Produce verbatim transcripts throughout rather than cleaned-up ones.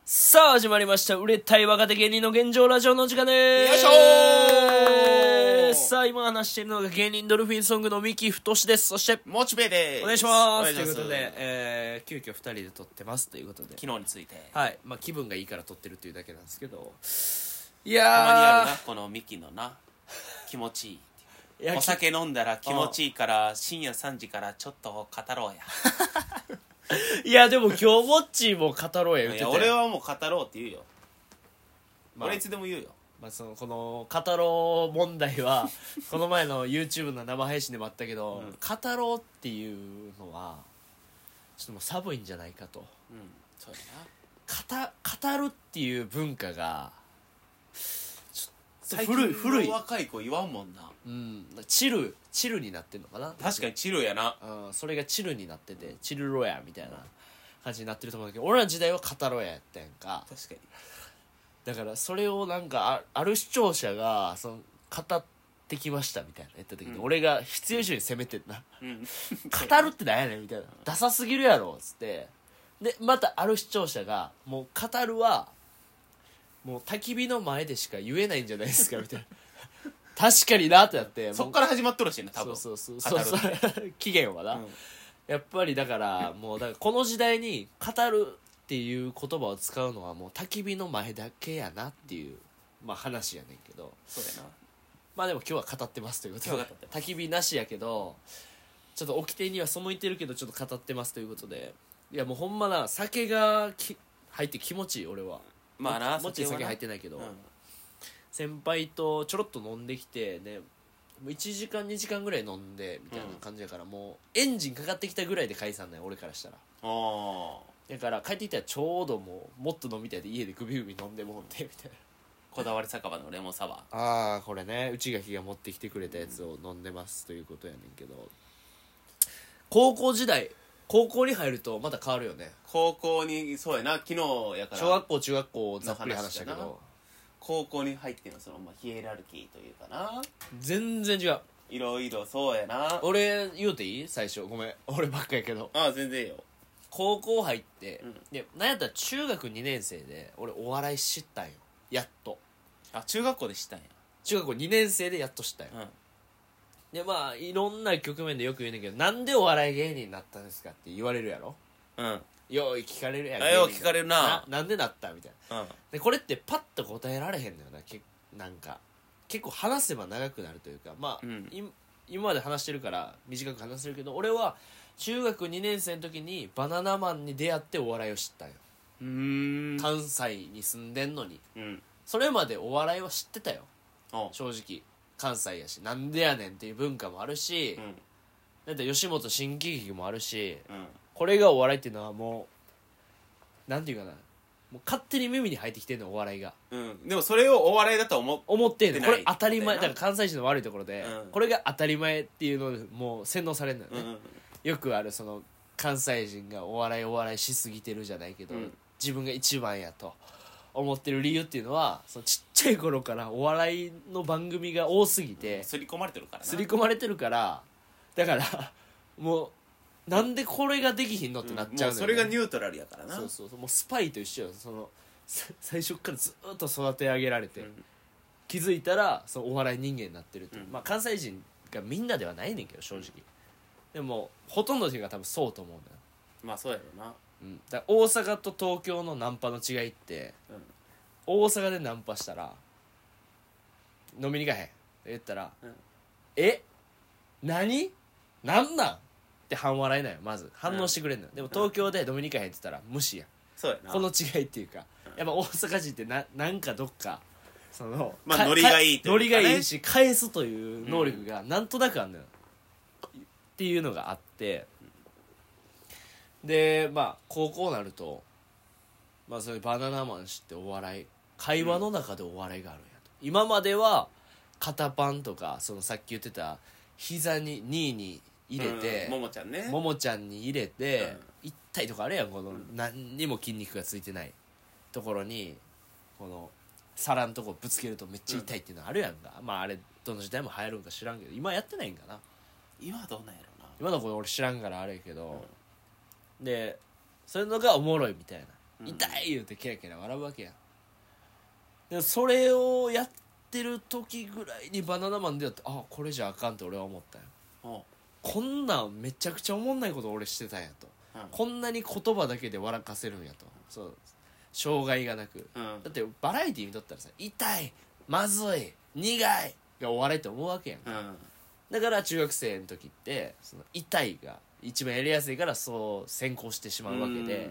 さあ始まりました売れたい若手芸人の現状ラジオの時間でーす。 よいしょー。 さあ今話しているのが芸人ドルフィンソングの三木太です。そしてモチベです。 お願いします。 お願いしますということで、えー、急遽ふたりで撮ってますということで、 昨日についてはいまあ気分がいいから撮ってるっていうだけなんですけど、いたまにやあるなこのミキのな気持ちいいーいやお酒飲んだら気持ちいいから深夜さんじからちょっと語ろうや。 いやでも今日モッチーも語ろうや言ってたよ。 いや俺はもう語ろうって言うよ、 まあ俺いつでも言うよ。 まあ、そのこの語ろう問題はこの前の YouTube の生配信でもあったけど、 うん語ろうっていうのはちょっともう寒いんじゃないかと。 うんそうやな。 語語るっていう文化がちょっと最古い古い近の若い子言わんもんな。 うんチルチルになってんのかな。 確かにチルやな。 うん、それがチルになっててチルロヤみたいな感じになってると思うんだけど、俺らの時代は語ろややったやんか。 確かにだからそれをなんか あ, ある視聴者がその語ってきましたみたいな言った時に、 うん俺が必要以上に責めてんなうん語るってなんやねんみたいな、ダサすぎるやろっつって、でまたある視聴者がもう語るはもう焚き火の前でしか言えないんじゃないですかみたいな確かになってなってそっから始まっとるしね多分。 そうそう語るそうそうそう期限はな、 うんやっぱりだからもうだからこの時代に語るっていう言葉を使うのはもう焚き火の前だけやなっていう、まあ、話やねんけど、 そうだよな。 まあでも今日は語ってますということで、 今日は語ってま焚き火なしやけどちょっと掟には背いてるけどちょっと語ってますということで、いやもうほんまな酒がき入って気持ちいい。俺はまあなもっち酒入ってないけど、先輩とちょろっと飲んできてね、もういちじかんにじかんぐらい飲んでみたいな感じやから、もうエンジンかかってきたぐらいで解散だよ俺からしたら。 うんああだから帰ってきたらちょうどもうもっと飲みたいで家でグビグビ飲んでもんでみたいこだわり酒場のレモンサワー。 な。ああこれね内垣が持ってきてくれたやつを飲んでますということやねんけど、高校時代高校に入るとまた変わるよね。 高校にそうやな昨日やから小学校中学校ざっくり話したけの話だなど高校に入ってのその、まあ、ヒエラルキーというかな、 全然違う。 いろいろそうやな。 俺言うていい最初ごめん俺ばっかやけど、 ああ全然よ。 高校入って、 うんでなんやったら中学にねん生で俺お笑い知ったんよ。やっとあ中学校で知ったんや。 中学校にねん生でやっと知ったんよ。 うんでまあいろんな局面でよく言うねんけど、なんでお笑い芸人になったんですかって言われるやろ。 うんよい聞かれるやん。 あよう聞かれるなななんでなったみたいな。 うんでこれってパッと答えられへんのよな。けなんか結構話せば長くなるというか、まあ、 うんい今まで話してるから短く話せるけど、俺は中学にねん生の時にバナナマンに出会ってお笑いを知ったんよ。 うーん関西に住んでんのにうんそれまでお笑いは知ってたよお正直。関西やしなんでやねんっていう文化もあるし、 うんだって吉本新喜劇もあるし、 うんこれがお笑いっていうのはもうなんていうかな、もう勝手に耳に入ってきてんのお笑いが。 うんでもそれをお笑いだと思っ思ってんのってないこれ当たり前だよなだから関西人の悪いところで、 うんこれが当たり前っていうのでもう洗脳されるのよね、 うんよくあるその関西人がお笑いお笑いしすぎてるじゃないけど、 うん自分が一番やと思ってる理由っていうのはそのちっちゃい頃からお笑いの番組が多すぎて刷り込まれてるからな。 刷り込まれてるから、だからもうなんでこれができひんのってなっちゃうのよ、ねもうそれがニュートラルやからな。 そうそうそうもうスパイと一緒よ。そのさ最初からずっと育て上げられて、 うん気づいたらそのお笑い人間になってるっていう、 うんまあ関西人がみんなではないねんけど正直、でもほとんどの人が多分そうと思うんだよ、 まあそうやろな。 うん、だから大阪と東京のナンパの違いってうん大阪でナンパしたら飲みに行かへんって言ったら、 うんえ何なんなんって半笑いなんよ。まず反応してくれんのよ、でも東京で飲みに行かへんって言ったら無視やん。 そうやな。 この違いっていうか、やっぱ大阪人ってななんかどっかそのかまあノリがいいというかねノリがいいし返すという能力がなんとなくあるのよ、っていうのがあって、でまあ高校になるとまあそういうバナナマン知ってお笑い会話の中でお笑いがあるんやと、今までは肩パンとかそのさっき言ってた膝ににに入れて、 うんももちゃんね。 ももちゃんに入れて、 うん痛いとこあるやんこの、 ん何にも筋肉がついてないところにこの皿のとこぶつけるとめっちゃ痛いっていうのあるやんか、まああれどの時代も流行るんか知らんけど今やってないんかな。 今はどうなんやろな。 今の子俺知らんからあれやけど、でそういうのがおもろいみたいな痛い言うてケラケラ笑うわけやん。でそれをやってる時ぐらいにバナナマンでやって、あこれじゃあかんって俺は思ったよ。 おうこんなんめちゃくちゃおもんないこと俺してたんやと、 うんこんなに言葉だけで笑かせるんやと。そう障害がなく、 うんだってバラエティー見とったらさ、痛いまずい苦いがお笑いって思うわけやん。 うんだから中学生の時ってその痛いが一番やりやすいからそう先行してしまうわけで、 うんで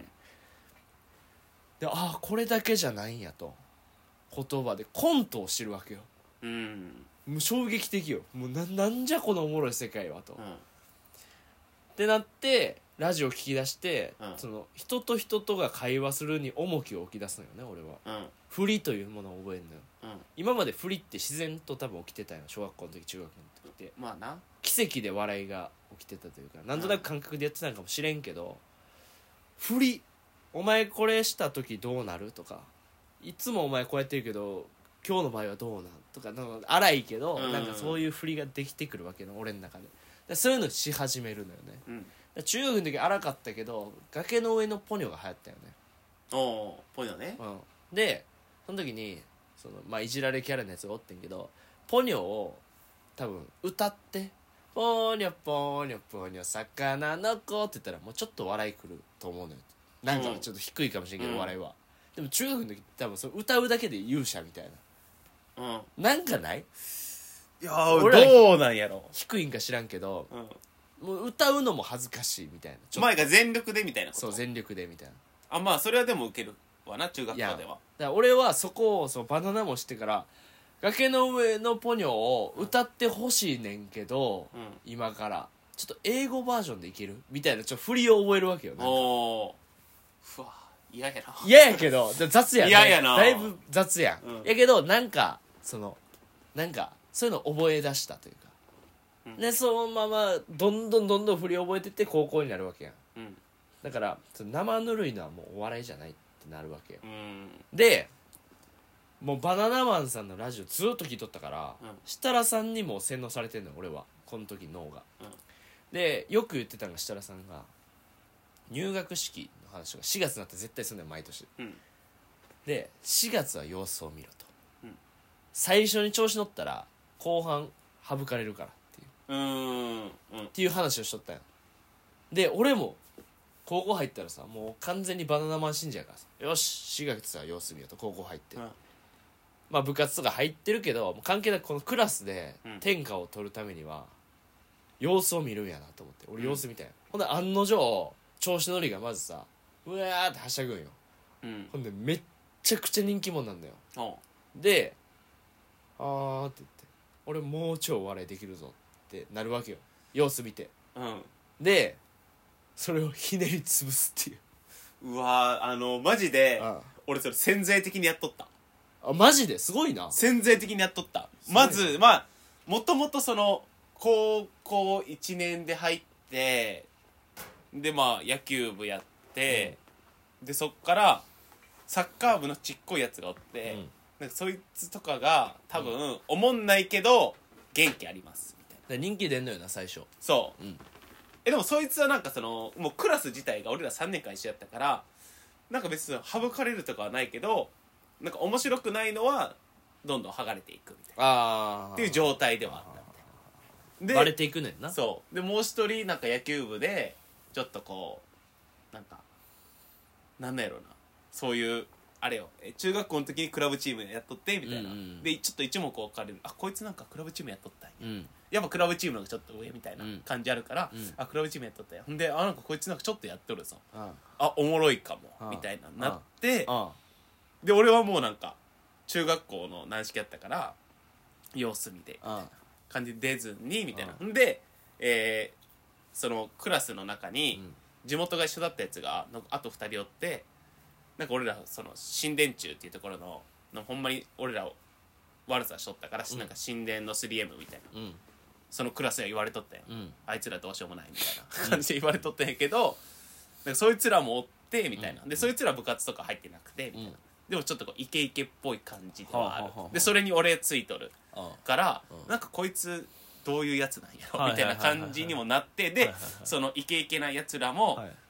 ああこれだけじゃないんやと、言葉でコントを知るわけよ。 うんもう衝撃的よ。もう な, なんじゃこのおもろい世界はと、 うんってなってラジオ聞き出して、 うんその人と人とが会話するに重きを置き出すのよね俺は。 うん振りというものを覚えるのよ。 うん今まで振りって自然と多分起きてたよ、小学校の時中学の時ってまあな奇跡で笑いが起きてたというか、なんとなく感覚でやってたのかもしれんけど、振りお前これした時どうなるとか、いつもお前こうやってるけど今日の場合はどうなんとか、なんか荒いけど、 うんなんかそういう振りができてくるわけの俺の中で。でそういうのし始めるのよね。 うんで中学の時荒かったけど崖の上のポニョが流行ったよね。 おおぽいのねうん、でその時にその、まあ、いじられキャラのやつがおってんけど、ポニョを多分歌って「ポニョポニョポニョ魚の子」って言ったらもうちょっと笑いくると思うのよ。なんかちょっと低いかもしれんけど、 うん笑いは。でも中学の時多分その歌うだけで勇者みたいな、 うんなんかないいや俺らどうなんやろ低いんか知らんけど、 うんもう歌うのも恥ずかしいみたいな、ちょっと前が全力でみたいなことそう全力でみたいな。 あまあそれはでも受けるわな中学校いやではだから俺はそこをそうバナナもしてから崖の上のポニョを歌ってほしいねんけど、 うん今からちょっと英語バージョンでいけるみたいなちょっと振りを覚えるわけよ。なんかおおふわ嫌やな嫌やけど雑やね。 嫌やなだいぶ雑やん、 うんやけどなんかそのなんかそういうの覚え出したというか、 うんでそのままどんどんどんどん振り覚えてって高校になるわけやん。 うんだからその生ぬるいのはもうお笑いじゃないってなるわけよ。 うんでもうバナナマンさんのラジオずっと聞いとったから、 うん設楽さんにも洗脳されてんのよ俺はこの時脳が、 うんでよく言ってたのが設楽さんが入学式の話とかしがつになって絶対するのよ毎年うんでしがつは様子を見ろと、 うん最初に調子乗ったら後半省かれるからっていううーんうんっていう話をしとったんや。で俺も高校入ったらさもう完全にバナナマン信者やからさ、よししがつは様子見ようと高校入って、 うんまあ部活とか入ってるけどもう関係なくこのクラスでうん天下を取るためには様子を見るんやなと思って俺様子見たんや、ほんで案の定調子乗りがまずさうわーってはしゃぐんよ。 うんほんでめっちゃくちゃ人気者なんだよ。 おうであーって言って俺もうちょいお笑いできるぞってなるわけよ様子見て。 うんでそれをひねり潰すっていううわあのマジであ俺それ潜在的にやっとったあマジですごいな。 潜在的にやっとったすごいまずまあもともとその高校いちねんで入ってでまあ野球部やって、でそっからサッカー部のちっこいやつがおって、 うんなんかそいつとかが多分、おもんないけど元気ありますみたいなで人気出んのよな最初。 そう、 うんえでもそいつはなんかそのもうクラス自体が俺らさんねんかん一緒やったからなんか別に省かれるとかはないけどなんか面白くないのはどんどん剥がれていくみたいなああっていう状態ではあったみたいなでバレていくねんな。 そうでもう一人なんか野球部でちょっとこうなんかなんなんやろうなそういうあれよえ中学校の時にクラブチームやっとってみたいな、 うんうんでちょっと一目置かれるあこいつなんかクラブチームやっとったんやうんやっぱクラブチームの方がちょっと上みたいな感じあるから、 うんあクラブチームやっとったやほんであなんかこいつなんかちょっとやっとるぞああおもろいかもあみたいななってあで俺はもうなんか中学校の軟式やったから様子見てみたいなあ感じで出ずにみたいなあんで、えーそのクラスの中にうん地元が一緒だったやつがなんかあとふたりおってなんか俺らその新電柱っていうところののほんまに俺らを悪さしとったから、 うんなんか新電の スリーエム みたいなうんそのクラスには言われとったよ、 うんあいつらどうしようもないみたいな感じで言われとったんやけどなんかそいつらもおってみたいな、 うんでそいつら部活とか入ってなくてみたいな、 うんでもちょっとこうイケイケっぽい感じではある、 はあはあはあでそれに俺ついとるあから、 うんなんかこいつどういうやつなんやろはいみたいな感じにもなってではいはいはいそのイケイケなやつらも、 はい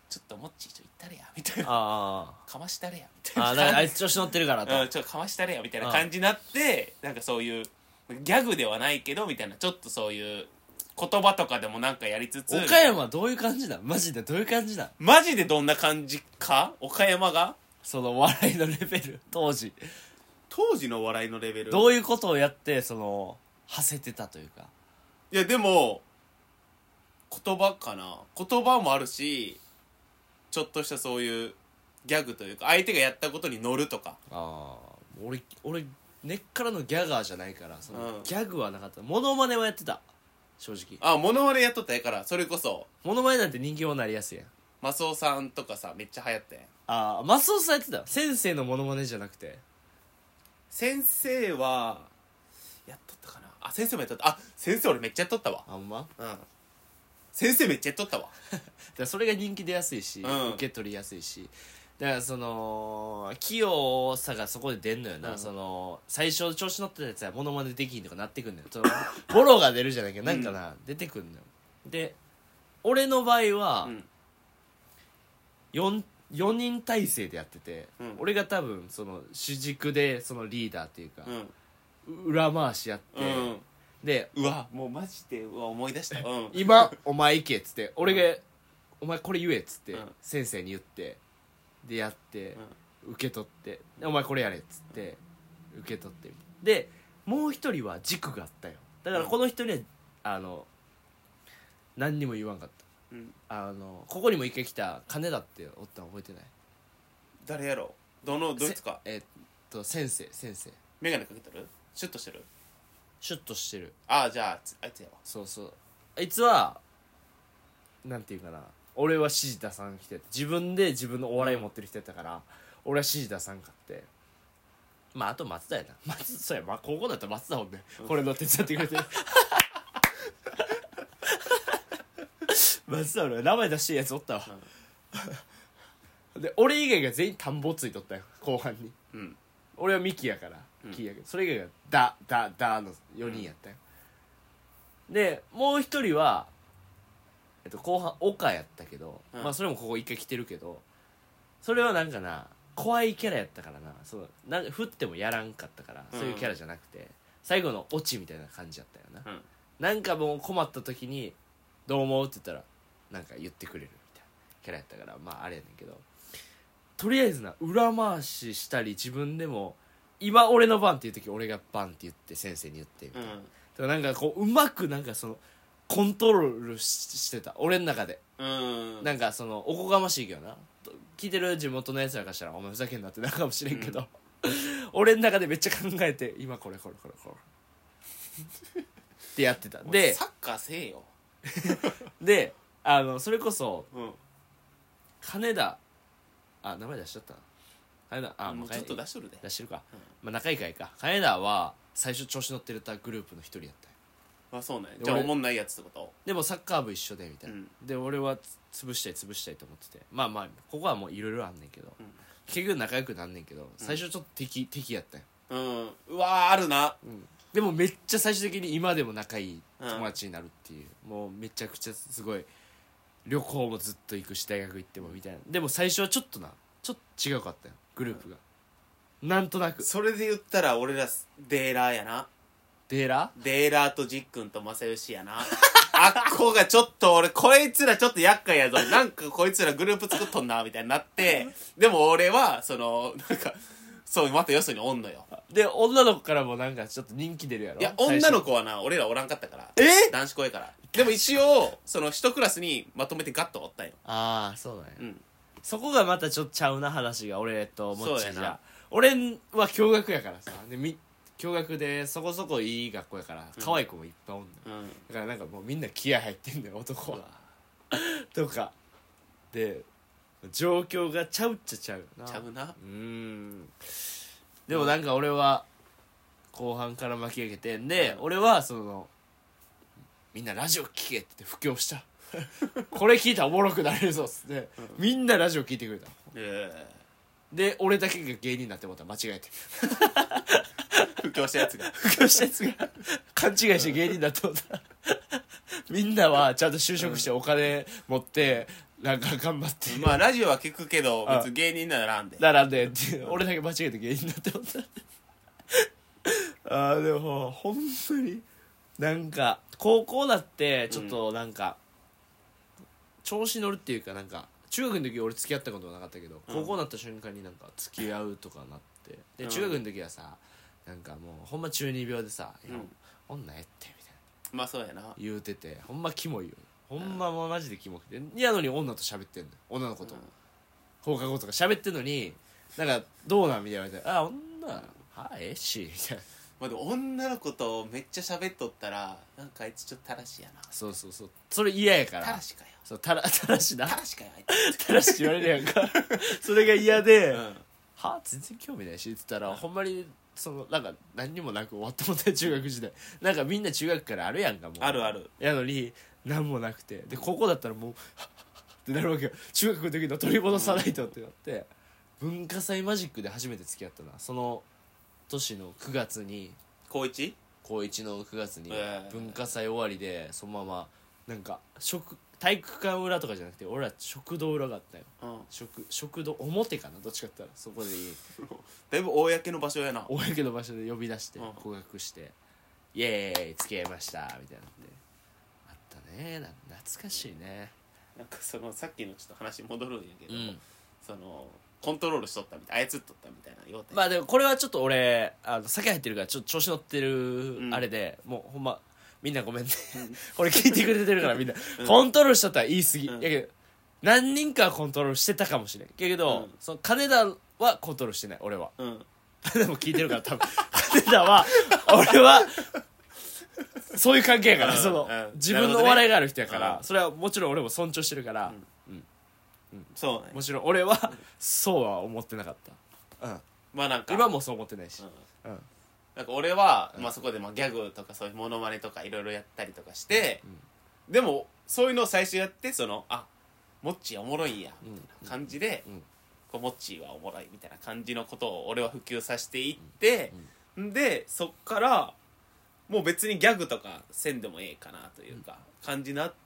ちょっともっちーちょ行ったれやみたいなあかましたれやみたいなああだからあいつ調子乗ってるからと、 うん、ちょっとかましたれやみたいな感じになってなんかそういうギャグではないけどみたいなちょっとそういう言葉とかでもなんかやりつつ岡山はどういう感じなんマジでどういう感じなんマジでどんな感じか岡山がその笑いのレベル当時当時の笑いのレベルどういうことをやってその馳せてたというかいやでも言葉かな言葉もあるしちょっとしたそういうギャグというか相手がやったことに乗るとかああ俺俺根っからのギャガーじゃないからその、 うんギャグはなかったモノマネはやってた正直あモノマネやっとったやからそれこそモノマネなんて人気者になりやすいやんマスオさんとかさめっちゃ流行ったやんああマスオさんやってた先生のモノマネじゃなくて先生はやっとったかなあ先生もやっとったあ先生俺めっちゃやっとったわあんまうん先生めっちゃやっとったわだからそれが人気出やすいし、 うん受け取りやすいしだからその器用さがそこで出んのよな、 うん、 その最初調子乗ってたやつはモノマネできんとかなってくんのよそのボロが出るじゃないけどなんかな、うん、出てくんのよで俺の場合は、 うん、 よん, よにん体制でやってて、 うん、 俺が多分その主軸でそのリーダーっていうか、 うん、 裏回しやって、 うん、 でうわもうマジでうわ思い出した、うん、 今お前行けっつって俺が、うん、お前これ言えっつって、 うん、 先生に言ってでやって、うん、受け取ってお前これやれっつって受け取ってでもう一人は軸があったよだからこの人にはあの何にも言わんかった、うん、あのここにも一回来た金田っておったの覚えてない誰やろどのどいつかえー、っと先生先生メガネかけてるシュッとしてるシュッとしてるああじゃああいつやわそうそうあいつはなんていうかな俺は指示出さん人やった自分で自分のお笑い持ってる人やったから、うん、俺は指示出さんかってまああと松田やな松そうやまあ高校だったら松田ほんね、うん、これの手伝ってくれてる松田俺名前出してるやつおったわ、うん、で俺以外が全員田んぼついとったよ後半に、うん、俺はミキやから、うん、キーやけどそれ以外がダダダのよにんやったよ、うん、でもう一人はえっと、後半岡やったけど、うん、まあそれもここ一回来てるけどそれはなんかな怖いキャラやったからなそうなんか振ってもやらんかったから、うん、そういうキャラじゃなくて最後のオチみたいな感じやったよな、うん、なんかもう困った時にどう思うって言ったらなんか言ってくれるみたいなキャラやったからまああれやねんけどとりあえずな裏回ししたり自分でも今俺の番っていう時俺が番って言って先生に言ってみたいな、うん、だからなんかこううまくなんかそのコントロール し, してた俺の中でうんなんかそのおこがましいけどな聞いてる地元のやつらからしたらお前ふざけんなってなるかもしれんけど、うん、俺の中でめっちゃ考えて今これこれこれこれってやってたでサッカーせえよであのそれこそ、 うん、 金田あ名前出しちゃった金田あもうちょっと出しとるで出してるか、うんまあ、仲いいかいか金田は最初調子乗ってるグループの一人やったよあそうねじゃあおもんないやつってことでもサッカー部一緒でみたいな、うん、で俺は潰したい潰したいと思っててまあまあここはもういろいろあんねんけど、うん、結局仲良くなんねんけど最初ちょっと敵、うん、敵やったようんうわーあるな、 うん、でもめっちゃ最終的に今でも仲いい友達になるっていう、うん、もうめちゃくちゃすごい旅行もずっと行くし大学行ってもみたいなでも最初はちょっとなちょっと違うかったよグループが、うん、なんとなくそれで言ったら俺らデーラーやなデーラデーラーとジックンと正義やなあっこがちょっと俺こいつらちょっと厄介やぞなんかこいつらグループ作っとんなみたいになってでも俺はそのなんかそうまたよそにおんのよで女の子からもなんかちょっと人気出るやろいや女の子はな俺らおらんかったからえ男子校やからでも一応その一クラスにまとめてガッとおったんよああそうなんや、 うん、 そこがまたちょっとちゃうな話が俺ともっちじゃ俺は共学やからさでみ共学でそこそこいい学校やから可愛い子もいっぱいおんの、うん、だからなんかもうみんな気合入ってんだよ男はとかで状況がちゃうっちゃちゃうなちゃうなうんでもなんか俺は後半から巻き上げてんで、うん、俺はそのみんなラジオ聞けって布教したこれ聞いたらおもろくなれるぞっつって、うん、みんなラジオ聞いてくれた、えー、で俺だけが芸人になって思ったら間違えて布教したやつが布教したやつが勘違いして芸人だと思ったみんなはちゃんと就職してお金持ってなんか頑張ってまあラジオは聞くけどあ別に芸人にならんで並んでっていう俺だけ間違えて芸人になって思ったあーでもほんまになんか高校だってちょっとなんか、調子乗るっていうかなんか中学の時俺付き合ったことはなかったけど、 うん高校になった瞬間になんか付き合うとかなってでうん中学の時はさなんかもうほんま中二病でさ「いやうん女えって」みたいなまあそうやな言うててほんまキモいよほんまもうマジでキモくてやのに女と喋ってんの女の子と、 うん放課後とか喋ってんのになんかどうなんみたいな言われて「あ女はあええし」みたいなまあでも女の子とめっちゃ喋っとったらなんかあいつちょっとたらしやなそうそうそうそれ嫌やからたらしかよそうたらたらしなたらしかよあいたらしって言われるやんかそれが嫌で、 つうんは全然興味ないしって言ったら、ほんまにそのなんか何にもなく終わったもんね中学時代なんかみんな中学からあるやんかもうあるあるやのに何もなくてで高校だったらもうはっはっはってなるわけよ中学の時の取り戻さないとってなって文化祭マジックで初めて付き合ったなその年のくがつに高一高いちのくがつにえー文化祭終わりでそのままなんか食体育館裏とかじゃなくて俺ら食堂裏があったようん食食堂表かなどっちかって言ったらそこでいいだいぶ公の場所やな公の場所で呼び出してうん告白して「イエーイ付き合いました」みたいなんであったねな懐かしいねなんかそのさっきのちょっと話戻るんやけど、 うんそのコントロールしとったみたい操っとったみたいな要点まあでもこれはちょっと俺あの酒入ってるからちょっと調子乗ってるうんあれで、もうほんまみんなごめんねうんこれ聞いてくれてるからみんな、 うんコントロールしとったら言い過ぎ、 うんやけど何人かはコントロールしてたかもしれんけど、 うんその金田はコントロールしてない俺はうん金田も聞いてるから多分金田は俺はそういう関係やから、 うんその、 うん自分のお笑いがある人やから、 うんそれはもちろん俺も尊重してるから、 そうねもちろん俺はそうは思ってなかった、うん、 まあなんか今もそう思ってないし、 うんうんなんか俺は、まあ、そこでまあギャグとかそういうモノマネとかいろいろやったりとかして、でもそういうのを最初やってそのあモッチーおもろいんやみたいな感じで、 うんこうモッチーはおもろいみたいな感じのことを俺は普及させていって、でそっからもう別にギャグとかせんでもええかなというか感じになって、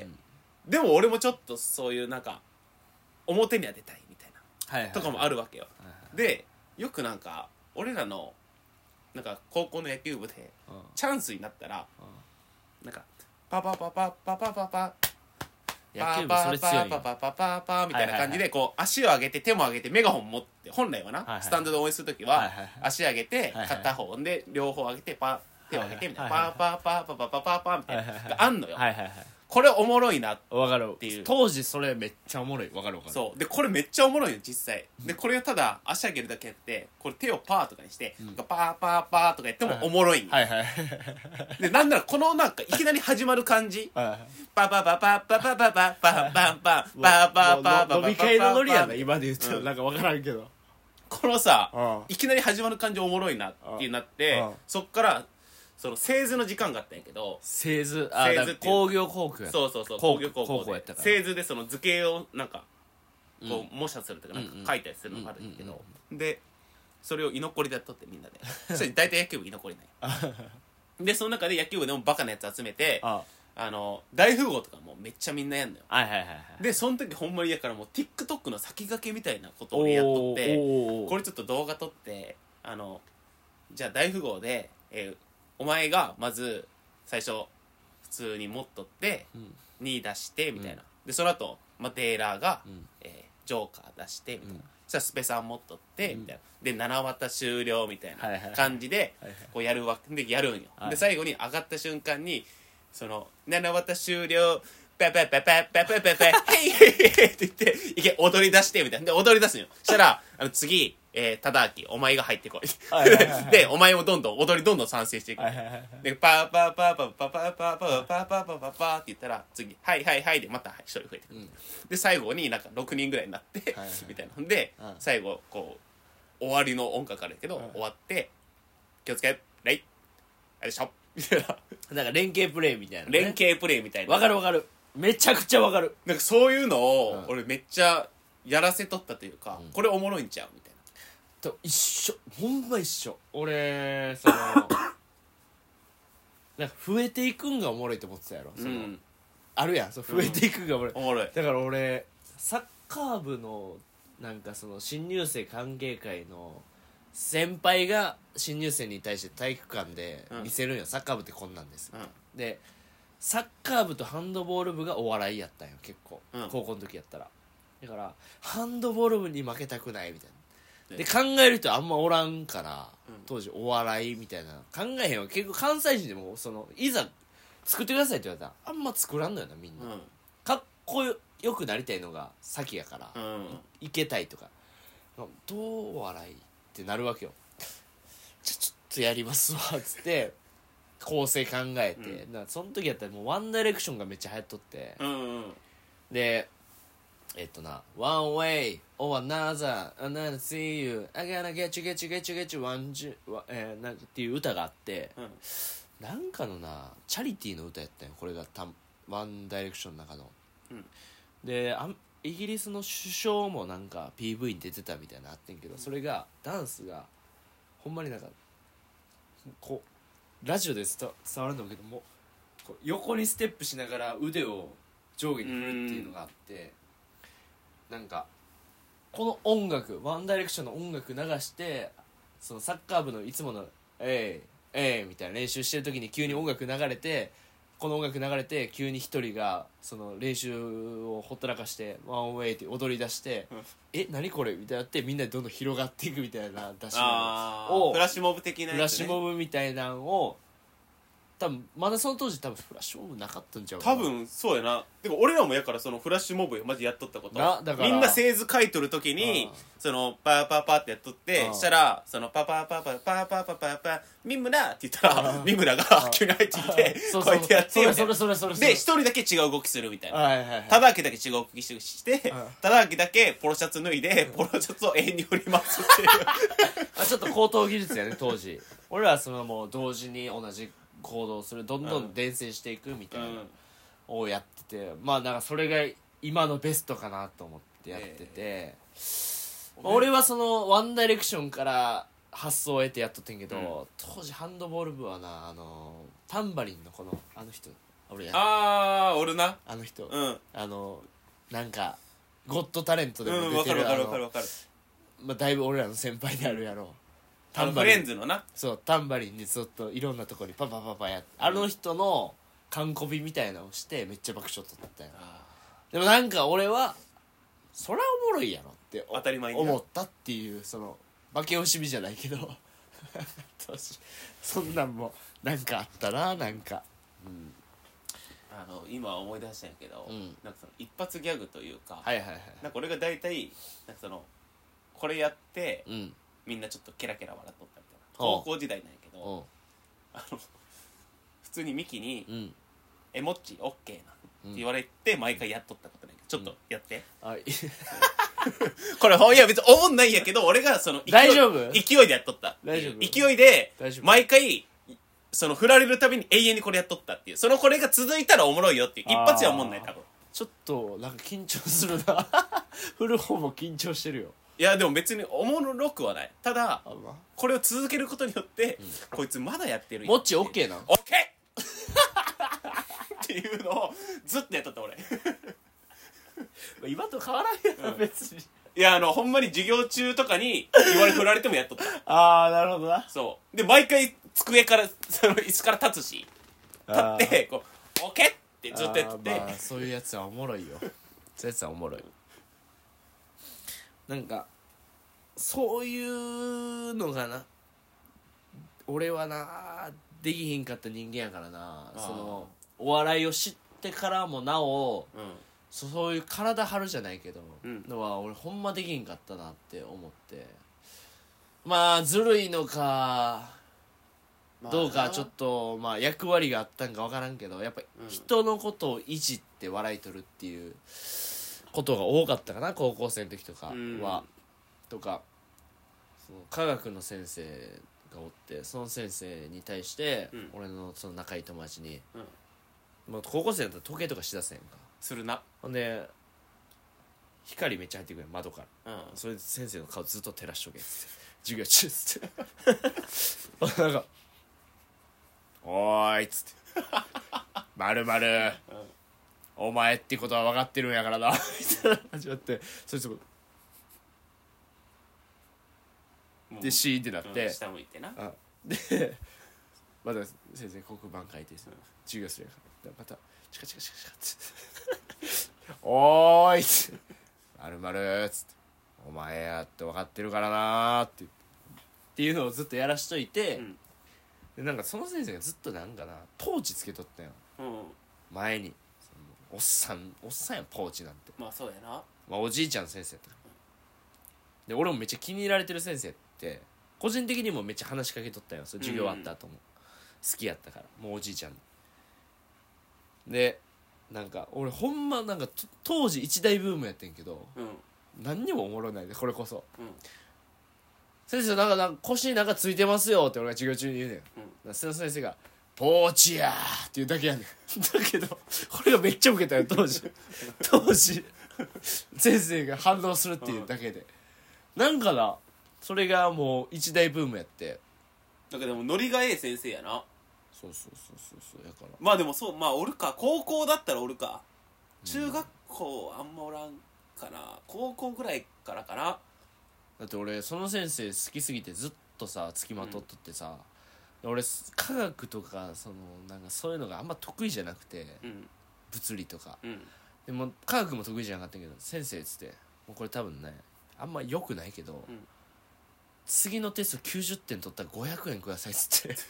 でも俺もちょっとそういうなんか表には出たいみたいなはいはいはいとかもあるわけよ。 はいはいでよくなんか俺らのなんか高校の野球部でうんチャンスになったらうんなんかパパパパパパパパ野球部それ強いよパパパパパみたいな感じでこう足を上げて手も上げてメガホン持って本来はなはいはいスタンドで応援するときははいはいはい足上げてはいはい片方で両方上げてパ手を上げてみたいなはいパパパパパパパパみたいなはいはいはいがあんのよ。 はいはいはいこれおもろいなわかるていう当時それめっちゃおもろいわかるわかるそうでこれめっちゃおもろいよ実際でこれをただ足上げるだけやってこれ手をパーとかにしてんパーパーパーとか言ってもおもろいんよはいはいでなんならこのなんかいきなり始まる感じはいはいパパパパパパパパパパパパパパパパ飲み会のノリやなパ今で言うとうんなんかわからんけどこのさうんいきなり始まる感じおもろいなってなってうんそっからその製図の時間があったんやけど製図あだから製図っていう工業高校やそうそうそう高工業高校で高校やったから製図でその図形をなんかこう模写するとかなんうんうんか書いたりするのがあるんやけうんどでそれを居残りでやっとってみんなでそれ大体野球部居残りないでその中で野球部でもバカなやつ集めてああの大富豪とかもめっちゃみんなやんのよはいはいはいはいでその時ほんまにやからもう TikTok の先駆けみたいなことを俺やっとっておーこれちょっと動画撮ってあのじゃあ大富豪で、えーお前がまず最初普通に持っとってうんに出してみたいな、 うんでその後、まあテーラーが、 うんえージョーカー出してみたいな、 うんそしたらスペさん持っとって、 うんみたいなでなな股終了みたいはいはいはない感じではいはいこうやるわけでやるんよ、 はいで最後に上がった瞬間にそのなな股終了ペペペペペペペペヘイヘイヘイって言っていけ踊り出してみたいなで踊り出すんよしたらあの次えー、忠明お前が入ってこいはいはいはいはいでお前もどんどん踊りどんどん賛成していく、 はいはいはいでパーパーパーパーパーパーパーパーパーパーパーパーパーって言ったら次はいはいはいでまた一人増えてくる、 うんで最後になんかろくにんぐらいになって、 はいはいみたいなんで、 うん最後こう終わりの音楽あるけど、 うん終わって気をつけレイあれしょみたいななんか連携プレイみたいなね連携プレイみたいなわかるわかるめちゃくちゃわかるなんかそういうのをうん俺めっちゃやらせとったというか、 うんこれおもろいんちゃうみたいなと一緒ほんま一緒俺そのなんか増えていくんがおもろいと思ってたやろその、 うんあるやん、そう増えていくが俺、 おもろい。 だから俺サッカー部のなんかその新入生歓迎会の先輩が新入生に対して体育館で見せるんよ、サッカー部ってこんなんです、 うんでサッカー部とハンドボール部がお笑いやったんよ結構、 うん高校の時やったら。だからハンドボール部に負けたくないみたいなでで考える人あんまおらんから、 うん当時お笑いみたいな考えへんわ。結構関西人でもそのいざ作ってくださいって言われたらあんま作らんのよなみんな、 うんかっこよよくなりたいのが先やから、 うんいけたいとかどうお笑いってなるわけよ。じゃちょっとやりますわっつって構成考えて、 うんだからその時やったらもうワンダイレクションがめっちゃ流行っとって、 うんうんでえっとな One way or another another see you I gotta get you get you get you get you one ju わえーなんかっていう歌があって、 うんなんかのなチャリティーの歌やったんよこれがたワンダイレクションの中の、 うんであんイギリスの首相もなんか ピーブイ に出てたみたいなのあってんけど、それがダンスがほんまになんかこうラジオで伝伝わるんだけどもこう横にステップしながら腕を上下に振るっていうのがあって、なんかこの音楽ワンダイレクションの音楽流してそのサッカー部のいつもの「えいえい」みたいな練習してる時に急に音楽流れてこの音楽流れて急に一人がその練習をほったらかしてワンウェイって踊り出してうん 「え何これ?」みたいになってみんなでどんどん広がっていくみたいな出しあ物をーフラッシュモブ的なやつ、ね、 フラッシュモブみたいなのを多分まだその当時多分フラッシュモブなかったんちゃうかな。 多分そうやな。でも俺らもやからそのフラッシュモブマジやっとったことなだからみんな製図書いとる時にうんそのパーパーパーってやっとってうんしたらそのパーパーパーパーパーパーパーパーパー三村って言ったらうん三村が急に入ってきてそうこうやってやってそれそみたいなれそれそれで一人だけ違う動きするみたいな。 はいはいはいただ明だけ違う動きしてうんただ明だけポロシャツ脱いでポロシャツを永遠に振りますっていうあちょっと高等技術やね当時俺らはそのもう同時に同じ行動するどんどん伝染していくみたいなのをやってて、まあなんかそれが今のベストかなと思ってやってて、まあ俺はそのワンダイレクションから発想を得てやっとってんけど、 うん当時ハンドボール部はなあのタンバリンのこのあの人俺やああおるなあの人、 うんあのなんかゴッドタレントでもうん出てる、 わかるわかるわあのかるわかるまあ、だいぶ俺らの先輩であるやろ、 あのフレンズのなそうタンバリンでずっといろんなところにパパパパやって、あの人の完コピみたいなのをしてめっちゃ爆笑取ったよ。でもなんか俺はそりゃおもろいやろって当たり前にな思ったっていうその負け惜しみじゃないけど私そんなんもなんかあったななんか、うん、 あの今思い出したんやけど、 うんなんかその一発ギャグというか、 はいはいはいなんか俺が大体なんかそのこれやってうんみんなちょっとケラケラ笑っとったみたいなおう高校時代なんやけどおうあの普通にミキにうん 「えもっちオッケーな」って言われて毎回やっとったことないけどちょっとやって、 あいこれほんいや別に思んないんやけど俺がその勢い大丈夫勢いでやっとった大丈夫勢いで大丈夫毎回その振られるたびに永遠にこれやっとったっていうそのこれが続いたらおもろいよっていう一発や思んない多分ちょっとなんか緊張するな振る方も緊張してるよ。 いやでも別におもろくはないただあまこれを続けることによって、こいつまだやってるもっちオッケーなオッケーっていうのをずっとやっとった俺今と変わらんやろ、 うん別に。 いやあのほんまに授業中とかに言われ振られてもやっとったああなるほどな。 そうで毎回机からその椅子から立つし立ってこうオッケーってずっとやってて、 あーまあそういうやつはおもろいよそういうやつはおもろい。なんかそういうのがな俺はなできひんかった人間やからな。 あーそのお笑いを知ってからもなおうんそそういう体張るじゃないけど、 うんのは俺ほんまできひんかったなって思ってまあずるいのかまあどうかちょっとまあ役割があったんか分からんけどやっぱうん人のことをいじって笑い取るっていうことが多かったかな高校生の時とかは、 うんとかその科学の先生がおってその先生に対して、 うん俺のその仲いい友達に、 うんもう高校生だったら時計とかしだせんかするなほんで光めっちゃ入ってくるやん窓からうんそれで先生の顔ずっと照らしとけっつって授業中っつってなんか「おーい」っつって「まるまるお前ってことは分かってるんやからなみたいな始まってそいつももうでシーンってなって、 うん下向いてなあでまだ先生黒板書いて授業するやからまたチカチカチカチカっておーいってまるまるっつってお前やって分かってるからなーってっていうのをずっとやらしといて、 うん、 でなんかその先生がずっとなんかなポーチつけとったようん、 前にそのおっさんおっさんやポーチなんて、 まあそうやなまあ、おじいちゃんの先生やったで俺もめっちゃ気に入られてる先生って個人的にもめっちゃ話しかけとったよそれ授業終わった後も、好きやったからもうおじいちゃんでなんか俺ほんまなんか当時一大ブームやってんけどうん何にもおもろないでこれこそうん先生なんかなんか腰になんかついてますよって俺が授業中に言うねん、うん、その先生がポーチやーって言うだけやねんだけどこれがめっちゃウケたよ当時当時先生が反応するっていうだけで、うん、なんかなそれがもう一大ブームやってだからでもノリがええ先生やなそうそうそうそうそうやからまあでもそうまあおるか高校だったらおるか中学校あんまおらんかな高校ぐらいからかなだって俺その先生好きすぎてずっとさ付きまとっとってさ、うん、俺科学とかそのなんかそういうのがあんま得意じゃなくて、 うん、 物理とか、 うん、 でも科学も得意じゃなかったけど先生っつってもうこれ多分ねあんま良くないけど、うん、次のテストきゅうじゅってん取ったらごひゃくえんくださいっつって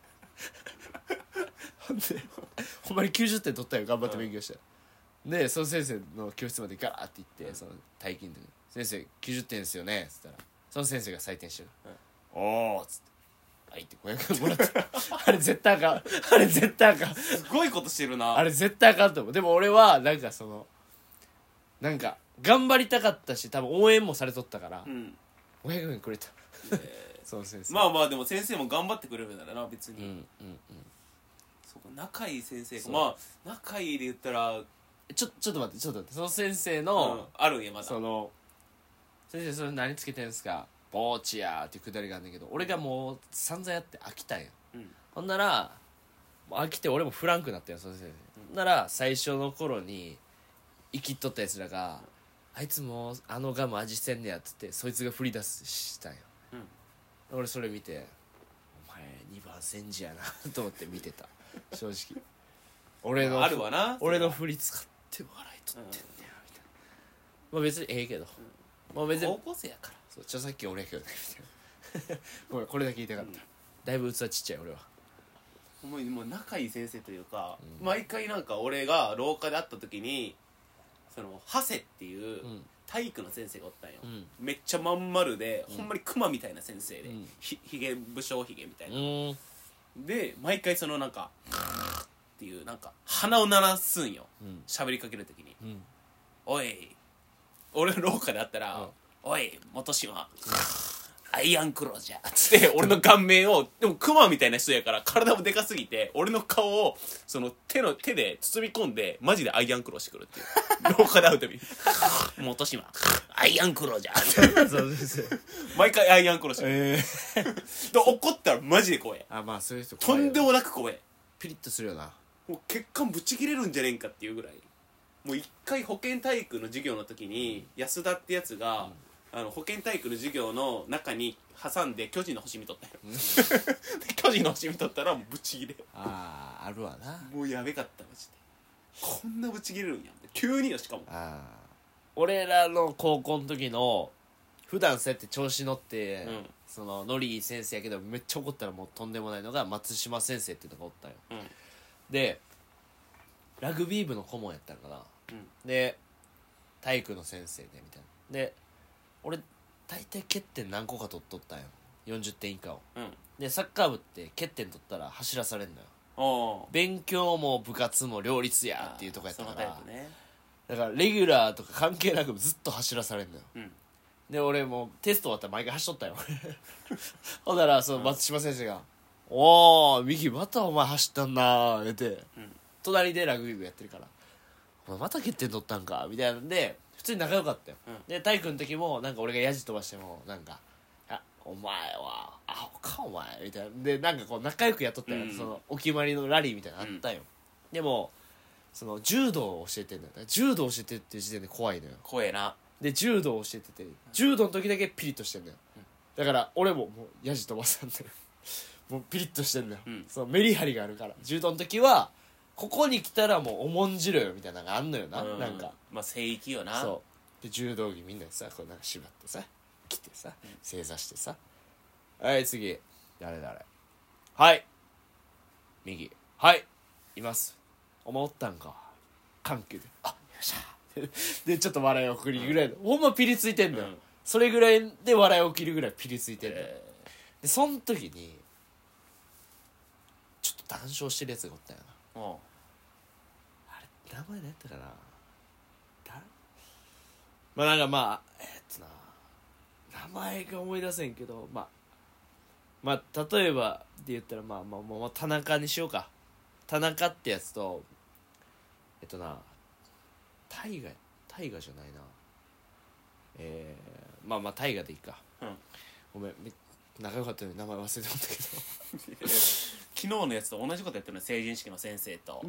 ほんでほんまにきゅうじゅってん取ったよ頑張って勉強して、うん、でその先生の教室までガーって行って、うん、その退勤で先生きゅうじゅってんですよねっつったらその先生が採点してる、うん、おーっつってはいってごひゃくえんもらったあれ絶対あかんあれ絶対あかんすごいことしてるなあれ絶対あかんと思うでも俺はなんかそのなんか頑張りたかったし多分応援もされとったから、うん、ごひゃくえんくれた、えー、その先生まあまあでも先生も頑張ってくれるならな別に、うんうんうん、そうか仲いい先生かまあ仲いいで言ったらちょちょっと待ってちょっと待ってその先生の、 うん、あるんやまだその先生それ何つけてんすかポーチやーっていうくだりがあるんだけど俺がもう散々やって飽きたんや、うん、ほんなら飽きて俺もフランクになったよその先生、うん、ほんなら最初の頃に生きっとったやつらが、うん、あいつもあのガム味せんねやっつってそいつが振り出すしたんや、うん、俺それ見てお前にばん煎じやなと思って見てた正直俺のあるわな俺の振り使って笑い取ってんねやみたいな、まあ別にええけど、 うん、 まあ別に高校生やからそう著作権俺やけどねみたいなごめんこれだけ言いたかった、うん、だいぶ器ちっちゃい俺はもうもう仲いい先生というか、うん、毎回なんか俺が廊下で会った時にそのハセっていう体育の先生がおったんよ、うん、めっちゃまん丸で、うん、ほんまにクマみたいな先生で、うん、ひひげ武将ひげみたいな、うん、で毎回そのなんかっていうなんか鼻を鳴らすんよ喋、うん、りかける時に、うん、おい俺の廊下で会ったら、うん、おい元島アイアンクローじゃつって俺の顔面をでもクマみたいな人やから体もでかすぎて俺の顔をその手の手で包み込んでマジでアイアンクローしてくるっていう廊下で会うたびに元島アイアンクローじゃそうです毎回アイアンクローしてくる、えー、で怒ったらマジで怖いあまあそういう人とんでもなく怖いピリッとするよなもう血管ぶち切れるんじゃねえんかっていうぐらいもう一回保健体育の授業の時に安田ってやつが、うんあの保健体育の授業の中に挟んで巨人の星見とったよ巨人の星見とったらもうブチギレあああるわなもうやべかったマジでこんなブチギレるんや急によしかもあ俺らの高校の時の普段そうやって調子乗って、うん、そのノリいい先生やけどめっちゃ怒ったらもうとんでもないのが松島先生っていうのがおったよ、うん、でラグビー部の顧問やったのかな、うん、で体育の先生でみたいなで俺大体欠点何個か取っとったんよよんじゅってん以下を、うん、でサッカー部って欠点取ったら走らされんのよ勉強も部活も両立やっていうとこやったから、ね、だからレギュラーとか関係なくずっと走らされんのよ、うん、で俺もうテスト終わったら毎回走っとったよほんならその松島先生が、うん、おーミキまたお前走ったんなー言って、うん、隣でラグビー部やってるからお前また欠点取ったんかみたいなんで普通に仲良かったよ、うん、で体育の時もなんか俺がヤジ飛ばしてもなんかあお前はアホかお前みたいなでなんかこう仲良くやっとったよ、うん、そのお決まりのラリーみたいなのあったよ、うん、でもその柔道を教えてんだよ。柔道を教えてるっていう時点で怖いのよ。 怖えな。 で柔道を教えてて、柔道の時だけピリッとしてんだよ、 うん、 だから俺ももうヤジ飛ばさんだよもうピリッとしてんだよ、 うん、 そのメリハリがあるから。柔道の時はここに来たらもう重んじろよみたいなのがあんのよな、うん、なんかまあ聖域よな。 そうで柔道着みんなでさこうなんか縛ってさ来てさ、うん、正座してさ、はい次誰誰はい右はいいますお前おったんか緩急であよっしゃでちょっと笑いを送りぐらいの、うん、ほんまピリついてんだよ、うん、それぐらいで笑いを起きるぐらいピリついてんだよ、えー、でその時にちょっと談笑してるやつがおったよな、うん、あれ名前何やったかな、誰まあなんかまあえー、っとな名前が思い出せんけどまあまあ例えばで言ったらまあまあもう田中にしようか。田中ってやつとえっとな大河大河じゃないなえー、まあまあ大河でいいか、うん、ごめん仲良かったのに名前忘れてもったけど昨日のやつと同じことやってるの成人式の先生と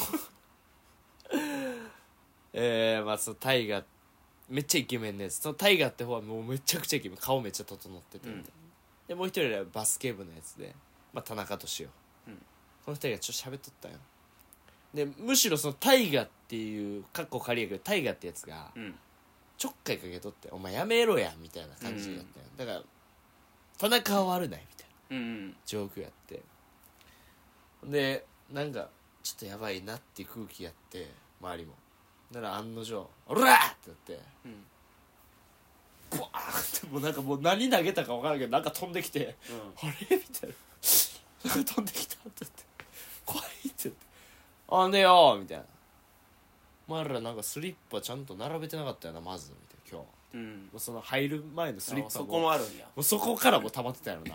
えー、まあその大河めっちゃイケメンのやつ、その大河って方はもうめちゃくちゃイケメン、顔めっちゃ整ってて、うん、でもう一人はバスケ部のやつで、まあ、田中としよう、うん、この二人がちょっと喋っとったよ。でむしろその大河っていうカッコ仮やけど大河ってやつが、うん、ちょっかいかけとってお前やめろやみたいな感じだったよ、うん、だから田中は悪ないみたいな、うん、ジョークやってでなんかちょっとやばいなっていう空気やって周りもだから案の定おらーってなって、うん、ブワーってもうなんかもう何投げたか分からんけどなんか飛んできて、うん、あれみたいななんか飛んできたって言って怖いって言ってあんでよみたいなお前らなんかスリッパちゃんと並べてなかったよなまずみたいな今日、うん、もうその入る前のスリッパもそこもあるんやもうそこからもう溜まってたやろな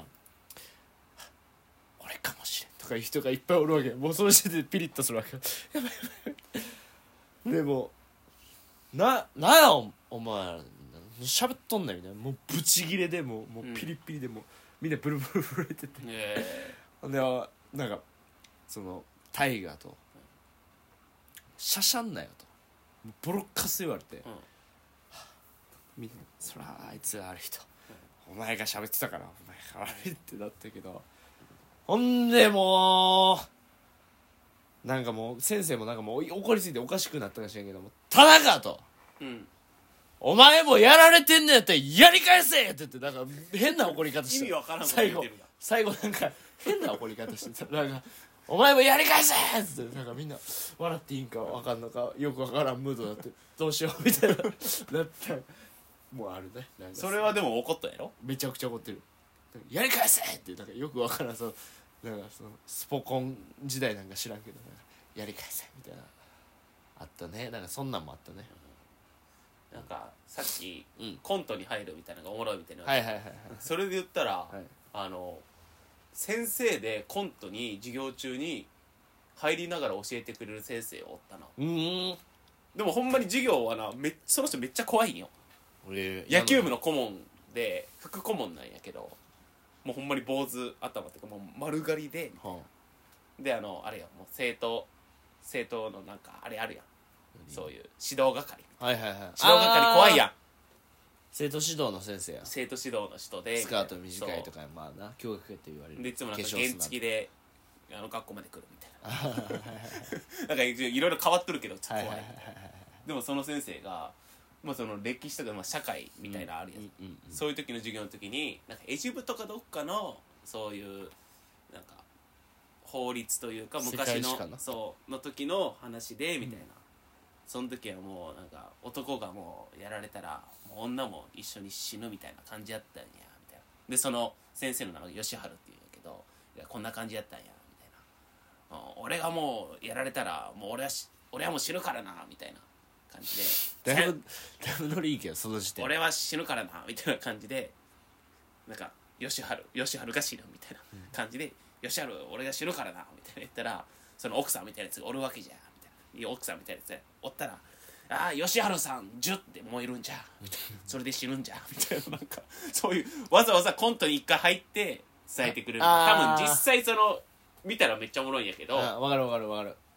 俺かもしれんとかいう人がいっぱいおるわけもうその時点でピリッとするわけやばいやばいでもな、なんや お, お前喋っとんねんみたいなもうブチギレでもうもうピリピリでもう、うん、みんなブルブル震えてて、えー、でなんかそのタイガーとシャシャンなよともうボロッカス言われて、うんはあ、みんなそらあいつが悪いと、うん、お前が喋ってたからお前が悪いってなったけどほんでもうなんかもう先生もなんかもう怒りすぎておかしくなったかしらんけども田中と、うん、お前もやられてんねんやったらやり返せって言ってなんか変な怒り方して意味わからんこと言ってるな最後最後なんか変な怒り方してたなんかお前もやり返せってなんかみんな笑っていいんか分かんのかよく分からんムードだってどうしようみたいななったもうあるねなんかそれはでも怒ったやろめちゃくちゃ怒ってるやり返せってなんかよく分からんそのなんかそのスポコン時代なんか知らんけどなんかやり返せみたいなあったねなんかそんなんもあったね、 うん、なんかさっき、うん、コントに入るみたいなのがおもろいみたいな、 はいはいはいはい、 それで言ったら、はい、あの先生でコントに授業中に入りながら教えてくれる先生おったな。うーんでもほんまに授業はなめその人めっちゃ怖いんよ、えー、野球部の顧問で副顧問なんやけどもうほんまに坊主頭っていうかもう丸刈りで、はあ、であのあれやもう生徒生徒のなんかあれあるやんそういう指導係はいはいはい指導係怖いやん生徒指導の先生や生徒指導の人でスカート短いとかまあな教育って言われるでいつもなんか原付であの学校まで来るみたいななんかいろいろ変わっとるけどちょっと怖い、はいはいはいはい、でもその先生が、まあ、その歴史とか、まあ、社会みたいなあるやん、うんうんうん、そういう時の授業の時になんかエジプトかどっかのそういうなんか法律というか昔のそうの時の話でみたいな、うん、その時はもうなんか男がもうやられたらもう女も一緒に死ぬみたいな感じやったんやみたいなでその先生の名前が吉春っていうんやけどいやこんな感じやったんやみたいな俺がもうやられたらもう俺はし俺はもう死ぬからなみたいな感じでだいぶだいぶノリいいけどその時点俺は死ぬからなみたいな感じでなんか吉春吉春が死ぬみたいな感じで、うん、吉春俺が死ぬからなみたいな言ったらその奥さんみたいなやつがおるわけじゃんみたいな奥さんみたいなやつがおったらああ吉春さんジュッて燃えるんじゃそれで死ぬんじゃみたいななんかそういうわざわざコントに一回入って伝えてくれる多分実際その見たらめっちゃおもろいんやけどあ分かる分かる分かる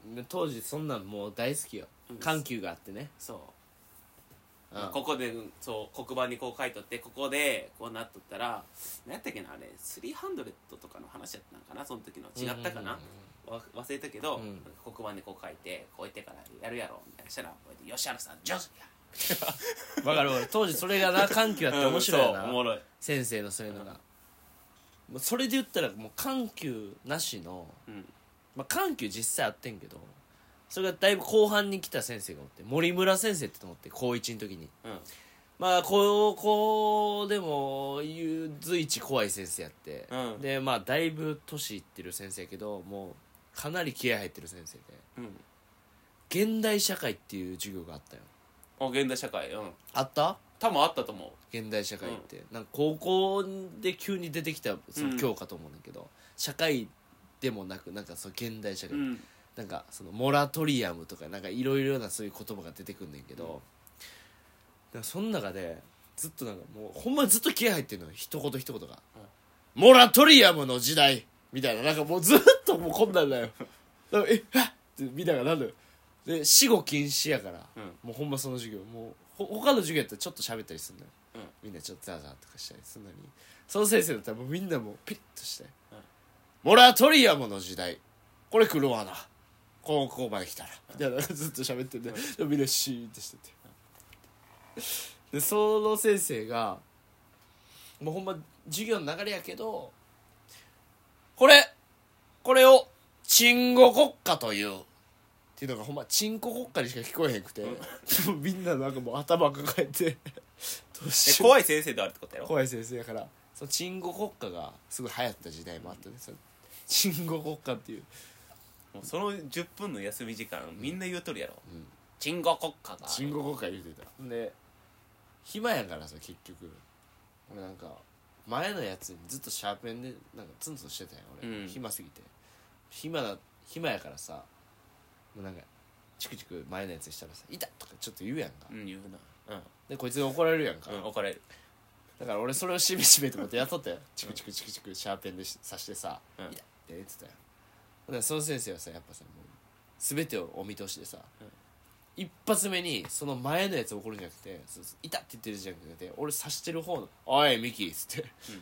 当時そんなんもう大好きよ、 うん緩急があってね、 そううんここでそう黒板にこう書いとってここでこうなっとったら何やったっけなあれさんびゃくとかの話やったのかなその時の違ったかな、わ忘れたけど、 うん黒板にこう書いてこうやってからやるやろみたいなしたらこうやって吉原さん上手やわかるわかる、当時それがな緩急あって面白いよな、 うんそうおもろい先生のそういうのが、もうそれで言ったらもう緩急なしの、 うんまあ、緩急実際あってんけどそれがだいぶ後半に来た先生がおって森村先生って思って高いちの時にうんまあ高校でも唯一怖い先生やって、 うんでまあだいぶ年いってる先生やけどもうかなり気合入ってる先生でうん現代社会っていう授業があったよ。 あ現代社会うんあった？ 多分あったと思う現代社会って、なんか高校で急に出てきたその教科と思うんだけど、社会でもなくなんかその現代社会、 うんなんかそのモラトリアムとかなんかいろいろなそういう言葉が出てくんねんけど、だからその中でずっとなんかもうほんまにずっと気合入ってるのよ一言一言が、モラトリアムの時代みたいななんかもうずっともうこんなんだよだからえっはっってみんながなんだよで死後禁止やから、 うんもうほんまその授業もうほ他の授業やったらちょっと喋ったりするのよ、 うんみんなちょっとザーザーとかしたりするのにその先生だったらもうみんなもうピッとして、 うんモラトリアムの時代これ来るわな高校まで来たらみたいなずっと喋ってて、でもみんなシーンってしててでその先生がもうほんま授業の流れやけどこれこれを鎮護国家というっていうのがほんまチンコ国家にしか聞こえへんくて、うん、みんななんかもう頭抱えてどうしよう怖い先生であるってことやろ怖い先生やからそのチンゴ国家がすごい流行った時代もあったね、そのチンゴ国家っていう、 もうそのじゅっぷんの休み時間みんな言うとるやろうん、 鎮護国家がチンゴ国家言うてたで暇やからさ結局俺なんか前のやつにずっとシャーペンでなんかツンツンしてたんや俺、 うん暇すぎて暇だ暇やからさもうなんかチクチク前のやつにしたらさ「痛っ!」とかちょっと言うやんか、 うん言うなでこいつが怒られるやんか、 うん、うん、怒られるだから俺それをしめしめと思ってやっとったよチクチクチクチクシャーペンでし刺してさ「 うん痛っ!」って言ってたよだからその先生はさやっぱさもう全てをお見通しでさ、 うん一発目にその前のやつ怒るんじゃなくて「そうそう痛っ!」って言ってるじゃなくて俺刺してる方の「おいミキ」っつってうん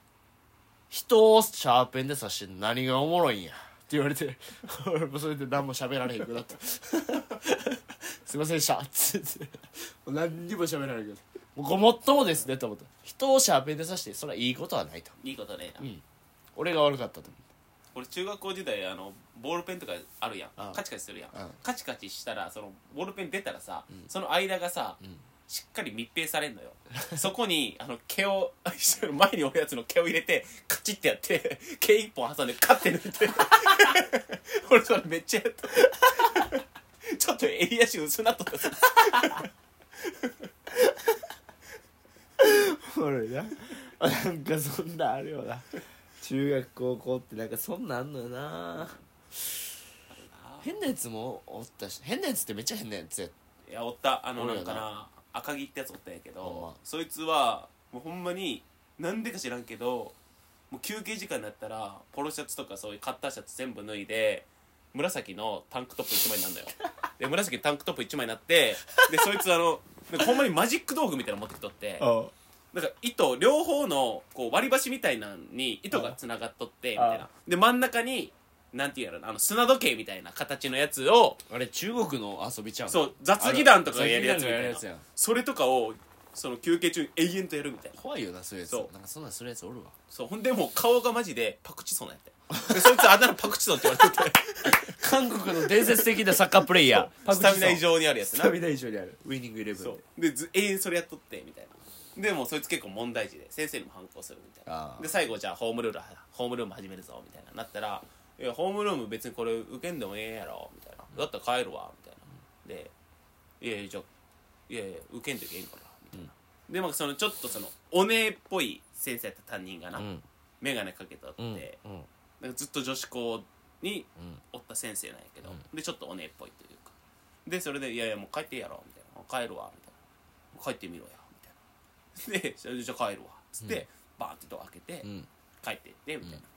「人をシャーペンで刺して何がおもろいんや」って言われて俺もそれで何も喋られへんくなったすいませんでしたっつってもう何にも喋られへんけどもうごもっともですねと思った人をシャーペンで刺してそれはいいことはないと、 いいことねえな、 うん、俺が悪かったと俺中学校時代あのボールペンとかあるやんああカチカチするやんああカチカチしたらそのボールペン出たらさ、 うんその間がさ、 うんしっかり密閉されんのよそこにあの毛を前におるやつの毛を入れてカチッてやって毛一本挟んでカッて抜いて俺それめっちゃやったちょっと襟足薄なっとったさおもろいななんかそんなんあるよな中学高校ってなんかそんなんあんのよな変なやつもおったし変なやつってめっちゃ変なやつやいやおったあのおるよななんかな赤木ってやつおったんやけど、 ほんまそいつはもうほんまになんでか知らんけどもう休憩時間になったらポロシャツとかそういうカッターシャツ全部脱いで紫のタンクトップ一枚になるんだよで紫のタンクトップ一枚になってでそいつあのなんかほんまにマジック道具みたいなの持ってきとってなんか糸両方のこう割り箸みたいなんに糸がつながっとってみたいなで真ん中になんていうやろあの砂時計みたいな形のやつをあれ中国の遊びちゃうそう雑技団とかがやるやつみたいな雑技団がやるやつやんそれとかをその休憩中に永遠とやるみたいな怖いよなそういうやつそうなんかそんなんするやつおるわそうほんでもう顔がマジでパクチソンなんやってでそいつあだ名パクチソンって言われてて韓国の伝説的なサッカープレイヤースタミナ以上にあるやつなスタミナ以上にあるウィニングイレブンそうでず永遠それやっとってみたいなでもうそいつ結構問題児で先生にも反抗するみたいあーなで最後じゃあホームルールホームルーム始めるぞみたいななったらいやホームルーム別にこれ受けんでもええやろみたいなだったら帰るわみたいなでいやいやじゃあいやいや受けんといけんからみたいな、うん、でまあそのちょっとそのお姉っぽい先生やった担任がな、 うん眼鏡かけとって、 うんうんなんかずっと女子校にうんおった先生なんやけど、 うんでちょっとお姉っぽいというかでそれで「いやいやもう帰ってやろ」みたいな「帰るわ」みたいな「帰ってみろや」みたいなで「じゃあ帰るわ」っつって、うん、バーンってドア開けて、 うん帰ってってみたいな、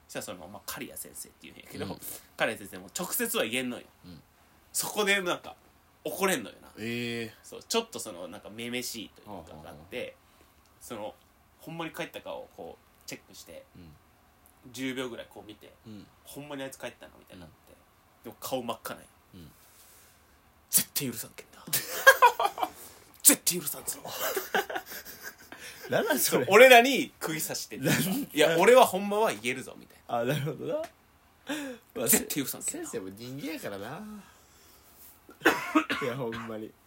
したらその、まあ、刈谷先生っていうんやけど、 うん刈谷先生も直接は言えんのよ、 うんそこでなんか怒れんのよな。 ええそうちょっとそのなんかめめしいというかがあって、そのほんまに帰ったかをこうチェックしてうんじゅうびょうぐらいこう見て、 うんほんまにあいつ帰ったのみたいになって、でも顔真っ赤なんや、 うん絶対許さんけんな絶対許さんぞなんなんそれ俺らに釘刺してるいや俺はほんまは言えるぞみたいあなるほどな、まあ、 絶対許さんけんな先生も人間やからないやほんまに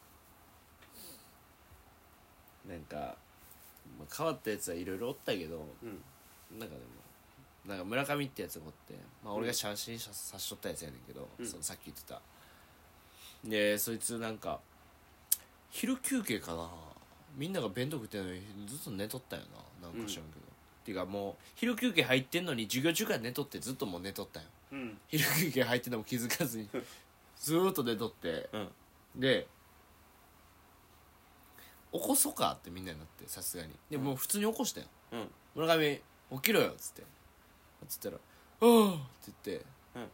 なんか、まあ、変わったやつはいろいろおったけど、 うんなんかでもなんか村上ってやつがおって、まあ、俺が写真さしとったやつやねんけど、 うんそのさっき言ってたでそいつなんか昼休憩かな、みんなが弁当食ってるのにずっと寝とったよな、なんか知らんけど、っていうかもう昼休憩入ってんのに授業中から寝とってずっともう寝とったよ、 うん昼休憩入ってんのも気づかずにずーっと寝とって、 うんで起こそうかってみんなになってさすがにでもう普通に起こしたよ、 うん村上起きろよっつってつったら「ああ」って言って、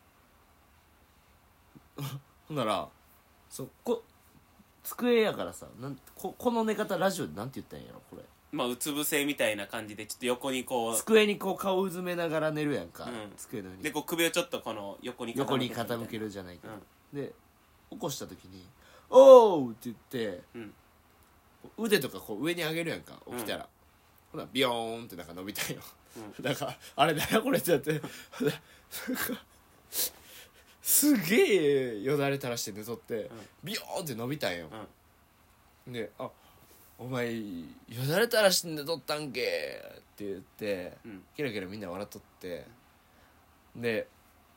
うん、ほんならそこ机やからさなん こ, この寝方ラジオでなんて言ったんやろこれ、 まあうつ伏せみたいな感じでちょっと横にこう机にこう顔うずめながら寝るやんか、 うん机の上にでこう首をちょっとこの横に傾けて横に傾けるじゃないけど、 うんで起こした時に「おー!」って言ってうん腕とかこう上に上げるやんか起きたら、ほなビヨーンってなんか伸びたんよ、 うなんかあれだよこれってやってほななんかすげえよだれ垂らして寝とって、ビヨーンって伸びたんよ、で「あお前よだれ垂らして寝とったんけ」って言って、 うんキラキラみんな笑っとって、で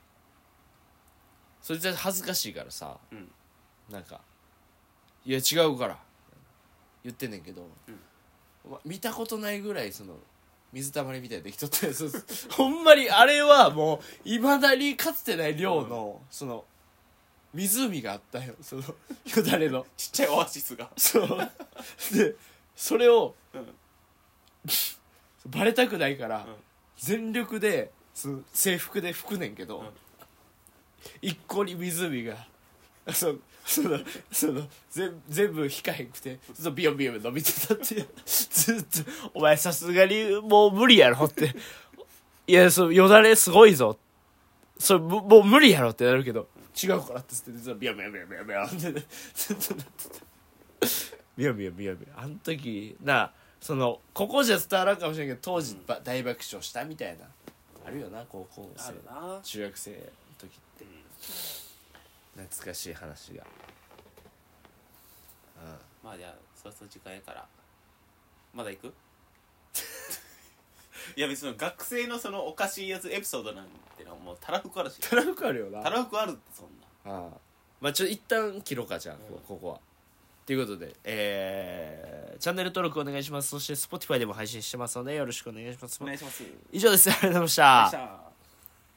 そいつは恥ずかしいからさ、 うんなんか「いや違うから」言ってんねんけど、お前見たことないぐらいその水たまりみたいにできとったやつほんまにあれはもういまだにかつてない量のその湖があったよ、そのよだれのちっちゃいオアシスがそうでそれを、 うんバレたくないから、 うん全力でその制服で拭くねんけど、 うん一個に湖がそそのその全全部引かへんくてずっとビヨンビヨン伸びてたっていうずっと「お前さすがにもう無理やろ」って「いやそうよだれすごいぞ」それももう無理やろってなるけど違うからって言ってずっとビヨンビヨンビヨンビヨンビヨンってずっとなってたビヨンビヨンビヨンビヨンあの時なそのここじゃ伝わらんかもしれんけど当時ば大爆笑したみたいなあるよな高校あ生るな中学生の時って懐かしい話がまあじゃあそろそろ時間やからまだ行くいや別に学生のそのおかしいやつエピソードなんてのはもうたらふくあるしたらふくあるよなたらふくあるってそんなああまあちょっと一旦切ろうかじゃあ、うん、ここはということで、えー、チャンネル登録お願いします。そして Spotify でも配信してますのでよろしくお願いします。 お願いします。 以上です。ありがとうございました。